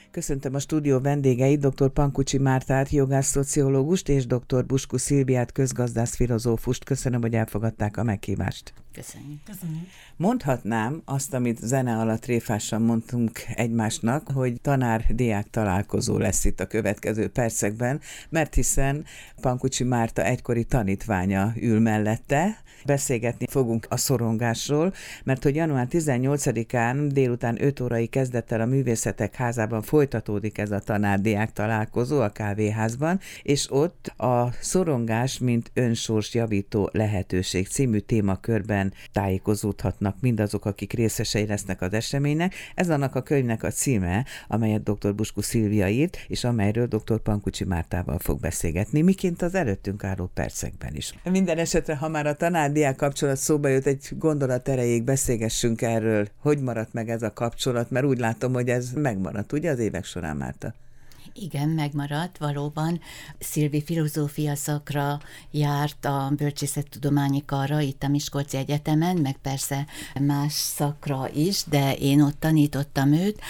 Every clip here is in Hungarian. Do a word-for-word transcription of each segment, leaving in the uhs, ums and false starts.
Köszöntöm a stúdió vendégeit, dr. Pankucsi Mártát, jogász-szociológust, és dr. Buskó Szilviát, közgazdász-filozófust. Köszönöm, hogy elfogadták a meghívást. Köszönjük. Köszönjük. Mondhatnám azt, amit zene alatt tréfásan mondtunk egymásnak, hogy tanár-diák találkozó lesz itt a következő percekben, mert hiszen Pankucsi Márta egykori tanítványa ül mellette. Beszélgetni fogunk a szorongásról, mert hogy január tizennyolcadikán délután öt órai kezdettel a Művészetek Házában folytatódik ez a tanár-diák találkozó a kávéházban, és ott a szorongás, mint önsorsjavító lehetőség című témakörben tájékozódhatnak mindazok, akik részesei lesznek az eseménynek. Ez annak a könyvnek a címe, amelyet dr. Buskó Szilvia írt, és amelyről dr. Pankucsi Mártával fog beszélgetni, miként az előttünk álló percekben is. Minden esetre, ha már a tanár-diák kapcsolat szóba jött, egy gondolat erejéig beszélgessünk erről, hogy maradt meg ez a kapcsolat, mert úgy látom, hogy ez megmaradt, ugye, az évek során, Márta? Igen, megmaradt, valóban. Szilvi filozófia szakra járt a bölcsészettudományi karra itt a Miskolci Egyetemen, meg persze más szakra is, de én ott tanítottam őt.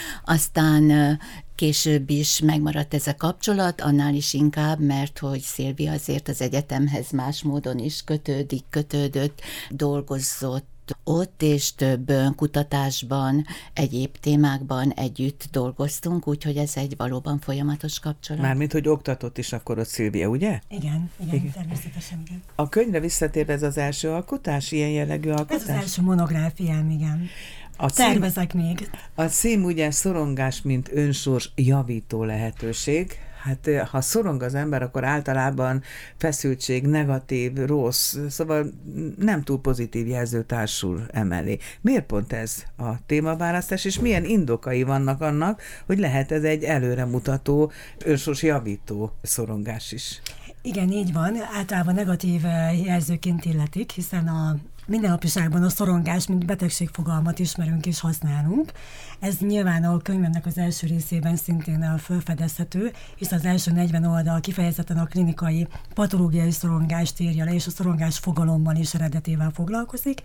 Aztán később is megmaradt ez a kapcsolat, annál is inkább, mert hogy Szilvi azért az egyetemhez más módon is kötődik, kötődött, dolgozott ott, és több kutatásban, egyéb témákban együtt dolgoztunk, úgyhogy ez egy valóban folyamatos kapcsolat. Mármint, hogy oktatott is akkor ott Szilvia, ugye? Igen, igen, igen. Természetesen, igen. A könyvre visszatérve ez az első alkotás, ilyen jellegű alkotás? Ez az első monográfiám, igen. A Tervezek cím, még. A cím ugye szorongás, mint önsors javító lehetőség. Hát ha szorong az ember, akkor általában feszültség, negatív, rossz, szóval nem túl pozitív jelző társul emellé. Miért pont ez a témaválasztás, és milyen indokai vannak annak, hogy lehet ez egy előremutató, önsors javító szorongás is? Igen, így van. Általában negatív jelzőként illetik, hiszen a mindennapiságban a szorongás, mint betegségfogalmat ismerünk és használunk. Ez nyilván a könyvemnek az első részében szintén felfedezhető, hisz az első negyven oldal kifejezetten a klinikai patológiai szorongást írja le, és a szorongás fogalommal is eredetével foglalkozik.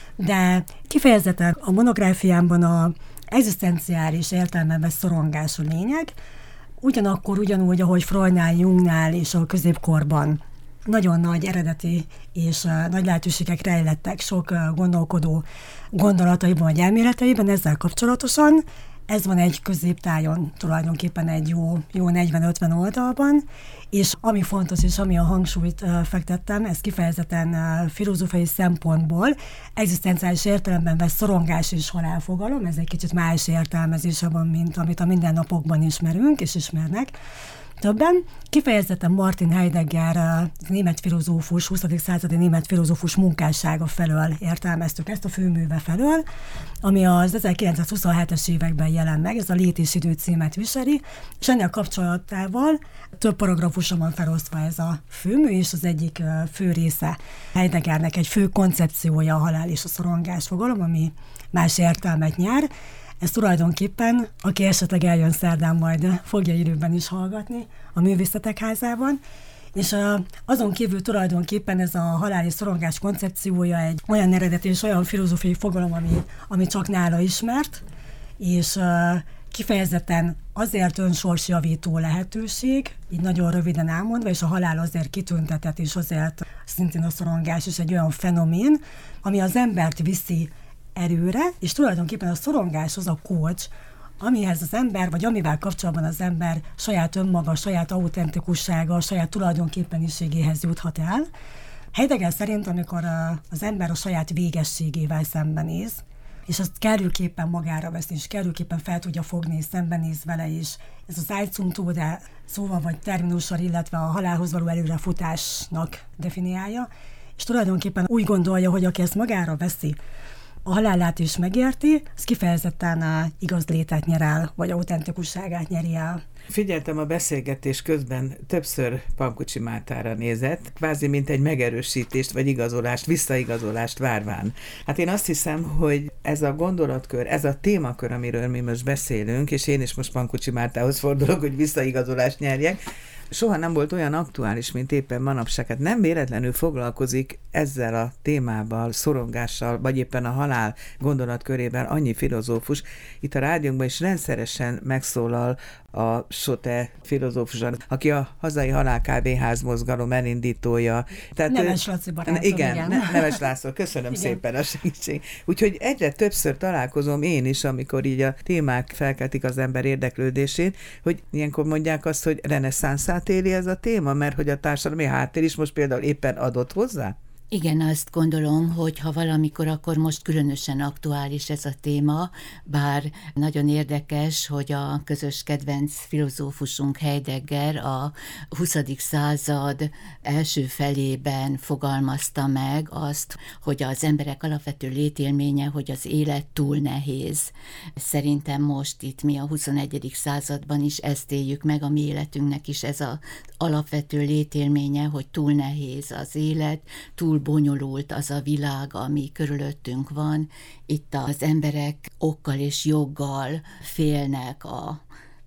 De kifejezetten a monográfiámban a egzisztenciális értelemben vett szorongás a lényeg, ugyanakkor ugyanúgy, ahogy Freudnál, Jungnál és a középkorban nagyon nagy eredeti és uh, nagy lehetőségek rejlettek sok uh, gondolkodó gondolataiban vagy elméleteiben ezzel kapcsolatosan. Ez van egy középtájon, tulajdonképpen egy jó, jó negyven-ötven oldalban, és ami fontos, és ami a hangsúlyt uh, fektettem, ez kifejezetten uh, filozófiai szempontból egzisztenciális értelemben vett szorongás és halálfogalom, ez egy kicsit más értelmezése van, mint amit a mindennapokban ismerünk és ismernek többen. Kifejezetten Martin Heidegger, német filozófus, huszadik századi német filozófus munkássága felől értelmeztük ezt a főműve felől, ami az ezerkilencszázhuszonhetes években jelent meg, ez a Lét és idő címet viseli, és ennél kapcsolatával több paragrafusra van felosztva ez a főmű, és az egyik fő része Heideggernek egy fő koncepciója a halál és a szorongás fogalom, ami más értelmet nyer. Ez tulajdonképpen, aki esetleg eljön szerdán, majd fogja időben is hallgatni a Művészetek Házában, és azon kívül tulajdonképpen ez a halál és szorongás koncepciója egy olyan eredeti és olyan filozófiai fogalom, ami, ami csak nála ismert, és kifejezetten azért önsorsjavító lehetőség, így nagyon röviden elmondva, és a halál azért kitüntetett, és azért szintén a szorongás is egy olyan fenomén, ami az embert viszi erőre, és tulajdonképpen a szorongás az a kulcs, amihez az ember, vagy amivel kapcsolatban az ember saját önmaga, saját autentikussága, saját tulajdonképpeniségéhez juthat el. Heidegger szerint, amikor az ember a saját végességével szembenéz, és azt kellőképpen magára vesz, és kellőképpen fel tudja fogni, és szembenéz vele is. Ez az Einzumtode szóval vagy terminussal, illetve a halálhoz való előrefutásnak definiálja, és tulajdonképpen úgy gondolja, hogy aki ezt magára veszi, a halálát is megérti, az kifejezetten a igaz létet nyer el, vagy autentikusságát nyeri el. Figyeltem a beszélgetés közben, többször Pankucsi Mártára nézett, kvázi mint egy megerősítést, vagy igazolást, visszaigazolást várván. Hát én azt hiszem, hogy ez a gondolatkör, ez a témakör, amiről mi most beszélünk, és én is most Pankucsi Mártához fordulok, hogy visszaigazolást nyerjek, soha nem volt olyan aktuális, mint éppen manapság. Hát nem véletlenül foglalkozik ezzel a témával, szorongással, vagy éppen a halál gondolatkörében annyi filozófus. Itt a rádiónkban is rendszeresen megszólal a Sote filozófus, aki a hazai halálkávéház mozgalom elindítója. Tehát, Neves Laci barátom, igen. igen. Ne, Neves László, köszönöm igen. szépen a segítség. Úgyhogy egyre többször találkozom én is, amikor így a témák felkeltik az ember érdeklődését, hogy ilyenkor mondják azt, hogy reneszánszát éli ez a téma, mert hogy a társadalmi háttér is most például éppen adott hozzá? Igen, azt gondolom, hogy ha valamikor, akkor most különösen aktuális ez a téma, bár nagyon érdekes, hogy a közös kedvenc filozófusunk Heidegger a huszadik század első felében fogalmazta meg azt, hogy az emberek alapvető létélménye, hogy az élet túl nehéz. Szerintem most itt mi a huszonegyedik században is ezt éljük meg, a mi életünknek is ez az alapvető létélménye, hogy túl nehéz az élet, túl bonyolult az a világ, ami körülöttünk van. Itt az emberek okkal és joggal félnek a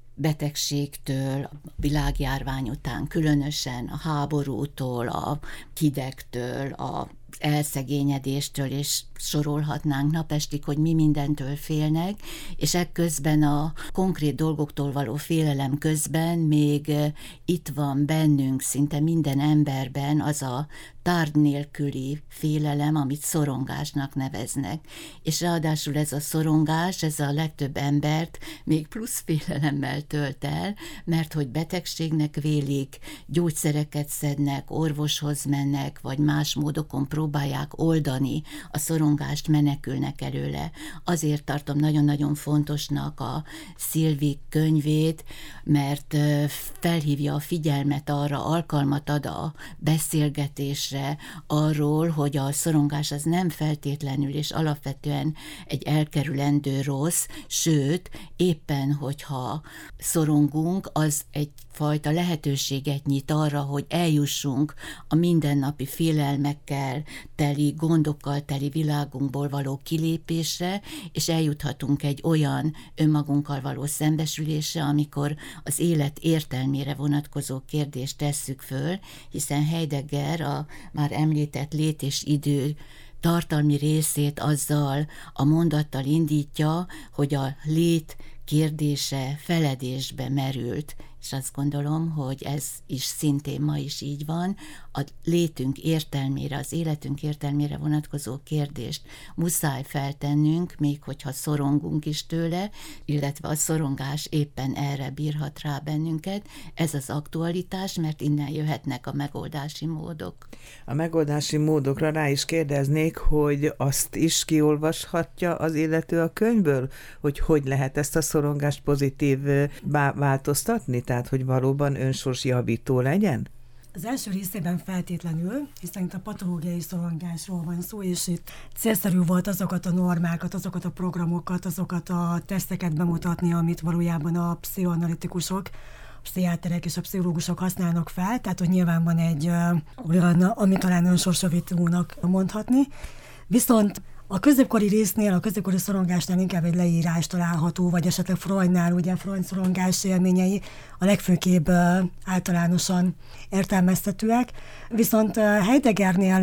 betegségtől, a világjárvány után különösen, a háborútól, a hidegtől, a elszegényedéstől, és sorolhatnánk napestig, hogy mi mindentől félnek, és ekközben a konkrét dolgoktól való félelem közben még itt van bennünk szinte minden emberben az a tárgy nélküli félelem, amit szorongásnak neveznek. És ráadásul ez a szorongás, ez a legtöbb embert még plusz félelemmel tölt el, mert hogy betegségnek vélik, gyógyszereket szednek, orvoshoz mennek, vagy más módokon próbálják oldani a szorongást, menekülnek előle. Azért tartom nagyon-nagyon fontosnak a Szilvi könyvét, mert felhívja a figyelmet arra, alkalmat ad a beszélgetésre, arról, hogy a szorongás az nem feltétlenül és alapvetően egy elkerülendő rossz, sőt, éppen, hogyha szorongunk, az egyfajta lehetőséget nyit arra, hogy eljussunk a mindennapi félelmekkel teli, gondokkal teli világunkból való kilépésre, és eljuthatunk egy olyan önmagunkkal való szembesülésre, amikor az élet értelmére vonatkozó kérdést tesszük föl, hiszen Heidegger a már említett lét és idő tartalmi részét azzal a mondattal indítja, hogy a lét kérdése feledésbe merült, és azt gondolom, hogy ez is szintén ma is így van. A létünk értelmére, az életünk értelmére vonatkozó kérdést muszáj feltennünk, még hogyha szorongunk is tőle, illetve a szorongás éppen erre bírhat rá bennünket. Ez az aktualitás, mert innen jöhetnek a megoldási módok. A megoldási módokra rá is kérdeznék, hogy azt is kiolvashatja az illető a könyvből, hogy hogy lehet ezt a szorongást pozitív változtatni, tehát hogy valóban önsorsjavító legyen? Az első részében feltétlenül, hiszen itt a patológiai szorongásról van szó, és itt célszerű volt azokat a normákat, azokat a programokat, azokat a teszteket bemutatni, amit valójában a pszichoanalitikusok, a pszichiáterek és a pszichológusok használnak fel, tehát hogy nyilván van egy olyan, ami talán önsorsjavítónak mondhatni. Viszont a középkori résznél, a középkori szorongásnál inkább egy leírás található, vagy esetleg Freudnál, ugye Freud szorongás élményei a legfőképp általánosan értelmeztetőek. Viszont Heideggernél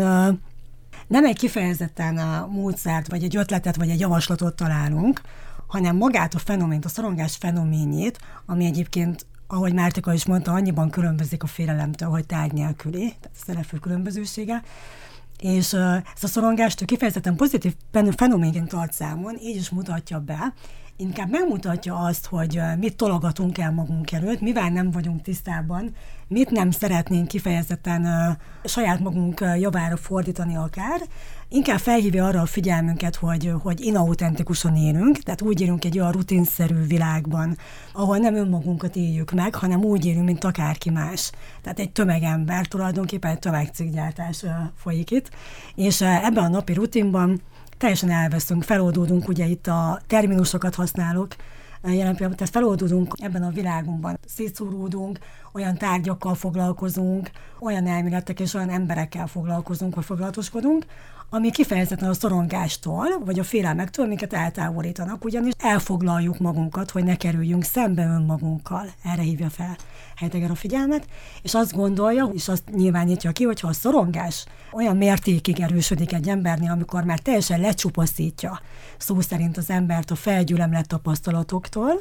nem egy kifejezetten a módszert, vagy egy ötletet, vagy egy javaslatot találunk, hanem magát a fenomént, a szorongás fenoménjét, ami egyébként, ahogy Mártika is mondta, annyiban különbözik a félelemtől, hogy tárgy nélküli, tehát a szerepfő különbözősége. És uh, ezt a szorongást kifejezetten pozitív fenoménként tart számon, így is mutatja be, inkább megmutatja azt, hogy uh, mit tologatunk el magunk előtt, mivel nem vagyunk tisztában, mit nem szeretnénk kifejezetten uh, saját magunk uh, javára fordítani akár, inkább felhívja arra a figyelmünket, hogy, hogy inautentikusan élünk, tehát úgy élünk egy olyan rutinszerű világban, ahol nem önmagunkat éljük meg, hanem úgy élünk, mint akárki más. Tehát egy tömegember, tulajdonképpen egy tömegcikkgyártás uh, folyik itt, és uh, ebben a napi rutinban teljesen elveszünk, feloldódunk, ugye itt a terminusokat használok, jelen pillanatban, tehát feloldódunk ebben a világunkban, szétszóródunk, olyan tárgyakkal foglalkozunk, olyan elméletek és olyan emberekkel foglalkozunk, vagy foglalatoskodunk, ami kifejezetten a szorongástól, vagy a félelmektől, amiket eltávolítanak, ugyanis elfoglaljuk magunkat, hogy ne kerüljünk szembe önmagunkkal. Erre hívja fel Heidegger a figyelmet, és azt gondolja, és azt nyilvánítja ki, hogyha a szorongás olyan mértékig erősödik egy embernél, amikor már teljesen lecsupaszítja szó szerint az embert a felgyülemlett tapasztalatoktól,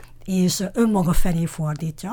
és önmaga felé fordítja,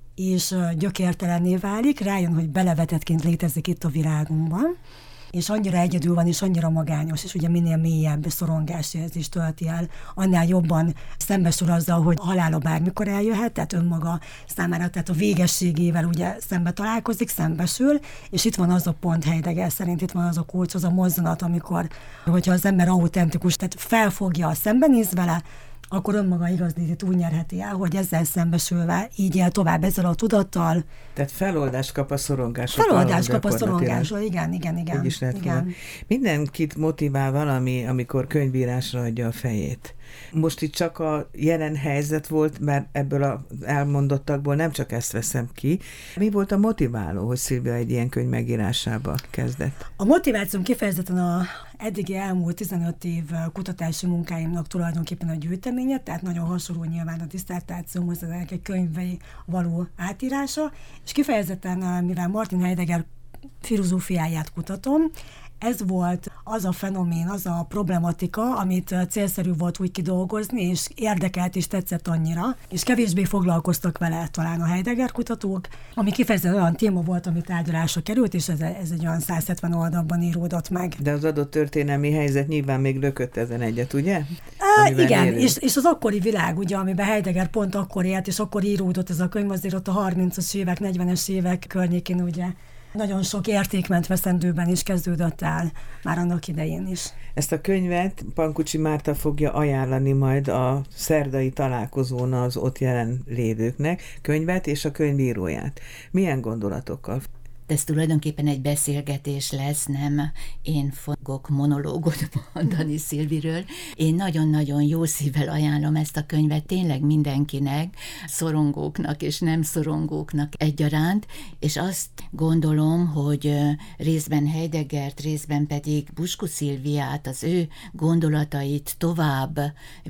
és gyökértelenné válik, rájön, hogy belevetettként létezik itt a világunkban, és annyira egyedül van, és annyira magányos, és ugye minél mélyebb szorongásérzést tölti el, annál jobban szembesül azzal, hogy halála bármikor eljöhet, tehát önmaga számára, tehát a végességével ugye szembe találkozik, szembesül, és itt van az a pont Heidegger szerint, itt van az a kulcs, az a mozzanat, amikor, hogyha az ember autentikus, tehát felfogja, szembenéz vele, akkor önmaga igazlítét úgy nyerheti el, hogy ezzel szembesülve így él tovább ezzel a tudattal. Tehát feloldást kap a szorongásról. Feloldást kap a szorongásról, igen, igen, igen. Úgy is lehet igen. volna. Mindenkit motivál valami, amikor könyvírásra adja a fejét. Most itt csak a jelen helyzet volt, mert ebből az elmondottakból nem csak ezt veszem ki. Mi volt a motiváló, hogy Szilvia egy ilyen könyv megírásába kezdett? A motivációm kifejezetten a eddigi elmúlt tizenöt év kutatási munkáimnak tulajdonképpen a gyűjteménye, tehát nagyon hasonló nyilván a diszertációmhoz, ennek egy könyvei való átírása, és kifejezetten, mivel Martin Heidegger filozófiáját kutatom, ez volt az a fenomén, az a problematika, amit célszerű volt úgy kidolgozni, és érdekelt és tetszett annyira, és kevésbé foglalkoztak vele talán a Heidegger kutatók, ami kifejezetten olyan téma volt, ami tárgyalásra került, és ez, ez egy olyan száz hetven oldalban íródott meg. De az adott történelmi helyzet nyilván még lökött ezen egyet, ugye? Á, igen, és, és az akkori világ, ugye, amiben Heidegger pont akkor élt, és akkor íródott ez a könyv, azért ott a harmincas évek, negyvenes évek környékén, ugye, nagyon sok értékment veszendőben is kezdődött el, már annak idején is. Ezt a könyvet Pankucsi Márta fogja ajánlani majd a szerdai találkozón az ott jelen lévőknek, könyvet és a könyvíróját. Milyen gondolatokkal? Ez tulajdonképpen egy beszélgetés lesz, nem én fogok monológot mondani Szilviről. Én nagyon-nagyon jó szívvel ajánlom ezt a könyvet tényleg mindenkinek, szorongóknak és nem szorongóknak egyaránt, és azt gondolom, hogy részben Heideggert, részben pedig Buskó Szilviát, az ő gondolatait tovább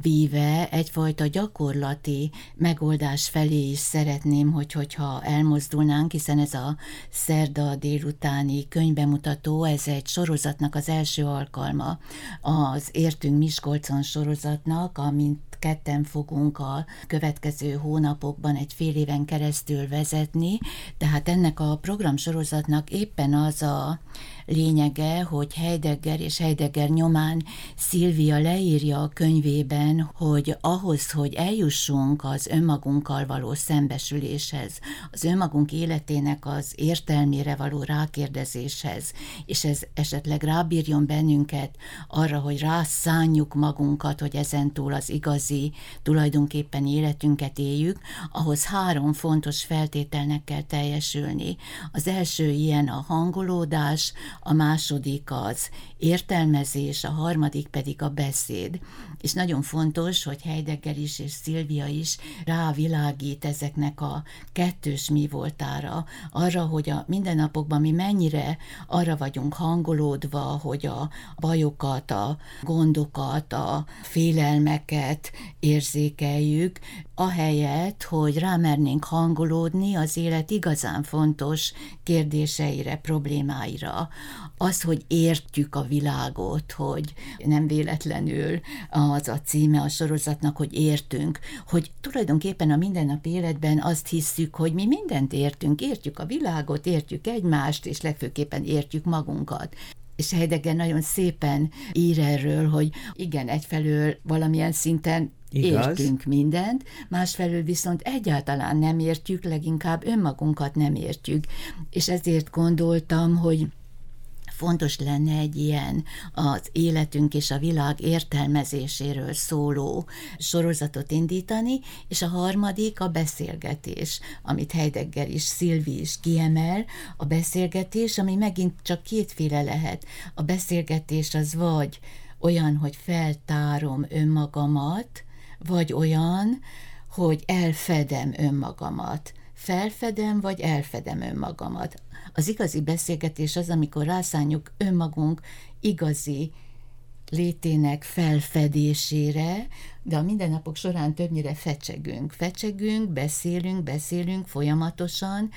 víve egyfajta gyakorlati megoldás felé is szeretném, hogy hogyha elmozdulnánk, hiszen ez a szer a délutáni könyvbemutató, ez egy sorozatnak az első alkalma, az Értünk Miskolcon sorozatnak, amint ketten fogunk a következő hónapokban egy fél éven keresztül vezetni, tehát ennek a programsorozatnak éppen az a lényege, hogy Heidegger és Heidegger nyomán Szilvia leírja a könyvében, hogy ahhoz, hogy eljussunk az önmagunkkal való szembesüléshez, az önmagunk életének az értelmére való rákérdezéshez, és ez esetleg rábírjon bennünket arra, hogy rászánjuk magunkat, hogy ezentúl az igazi, tulajdonképpen életünket éljük, ahhoz három fontos feltételnek kell teljesülni. Az első ilyen a hangolódás, a második az értelmezés, a harmadik pedig a beszéd. És nagyon fontos, hogy Heidegger is és Szilvia is rávilágít ezeknek a kettős mi voltára, arra, hogy a mindennapokban mi mennyire arra vagyunk hangolódva, hogy a bajokat, a gondokat, a félelmeket érzékeljük, ahelyett, hogy rámernénk hangolódni az élet igazán fontos kérdéseire, problémáira. Az, hogy értjük a világot, hogy nem véletlenül az a címe a sorozatnak, hogy értünk, hogy tulajdonképpen a mindennapi életben azt hisszük, hogy mi mindent értünk, értjük a világot, értjük egymást, és legfőképpen értjük magunkat. És Heidegger nagyon szépen ír erről, hogy igen, egyfelől valamilyen szinten igaz, értünk mindent, másfelől viszont egyáltalán nem értjük, leginkább önmagunkat nem értjük. És ezért gondoltam, hogy fontos lenne egy ilyen az életünk és a világ értelmezéséről szóló sorozatot indítani, és a harmadik a beszélgetés, amit Heidegger is, Szilvi is kiemel, a beszélgetés, ami megint csak kétféle lehet. A beszélgetés az vagy olyan, hogy feltárom önmagamat, vagy olyan, hogy elfedem önmagamat. felfedem, vagy elfedem önmagamat. Az igazi beszélgetés az, amikor rászánjuk önmagunk igazi létének felfedésére, de a mindennapok során többnyire fecsegünk. Fecsegünk, beszélünk, beszélünk folyamatosan,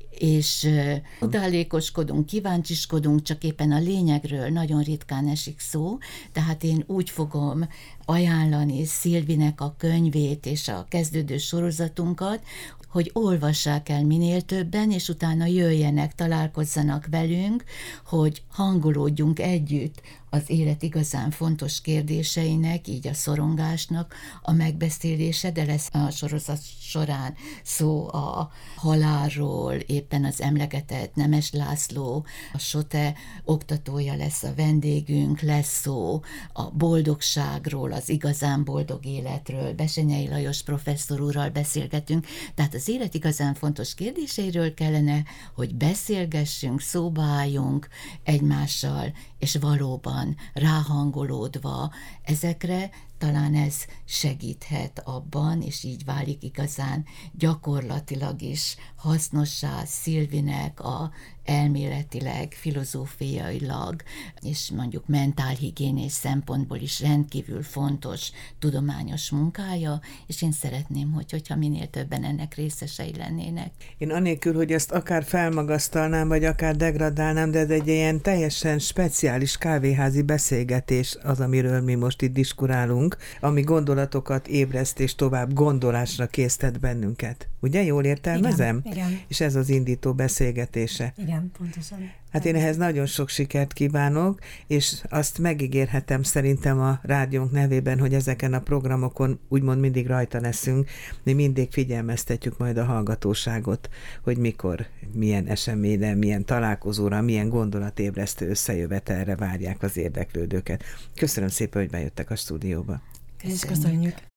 és odalékoskodunk, kíváncsiskodunk, csak éppen a lényegről nagyon ritkán esik szó, tehát én úgy fogom ajánlani Szilvinek a könyvét és a kezdődő sorozatunkat, hogy olvassák el minél többen, és utána jöjjenek, találkozzanak velünk, hogy hangolódjunk együtt az élet igazán fontos kérdéseinek, így a szorongásnak a megbeszélése, de lesz a sorozat során szó a halálról, éppen az emlegetett Nemes László, a SOTE oktatója lesz a vendégünk, lesz szó a boldogságról, az igazán boldog életről, Besenyei Lajos professzor úrral beszélgetünk, tehát az élet igazán fontos kérdéseiről kellene, hogy beszélgessünk, szóba álljunk egymással, és valóban ráhangolódva ezekre, talán ez segíthet abban, és így válik igazán gyakorlatilag is hasznossá Szilvinek a elméletileg, filozófiailag, és mondjuk mentálhigiénés szempontból is rendkívül fontos tudományos munkája, és én szeretném, hogy, hogyha minél többen ennek részesei lennének. Én anélkül, hogy ezt akár felmagasztalnám, vagy akár degradálnám, de ez egy ilyen teljesen speciális kávéházi beszélgetés az, amiről mi most itt diskurálunk, ami gondolatokat ébreszt és tovább gondolásra késztet bennünket. Ugye, jól értelmezem? Igen, igen. És ez az indító beszélgetése. Igen, pontosan. Hát én ehhez nagyon sok sikert kívánok, és azt megígérhetem szerintem a rádiónk nevében, hogy ezeken a programokon úgymond mindig rajta leszünk, mi mindig figyelmeztetjük majd a hallgatóságot, hogy mikor, milyen eseményre, milyen találkozóra, milyen gondolatébresztő összejövetelre várják az érdeklődőket. Köszönöm szépen, hogy bejöttek a stúdióba. És köszönjük.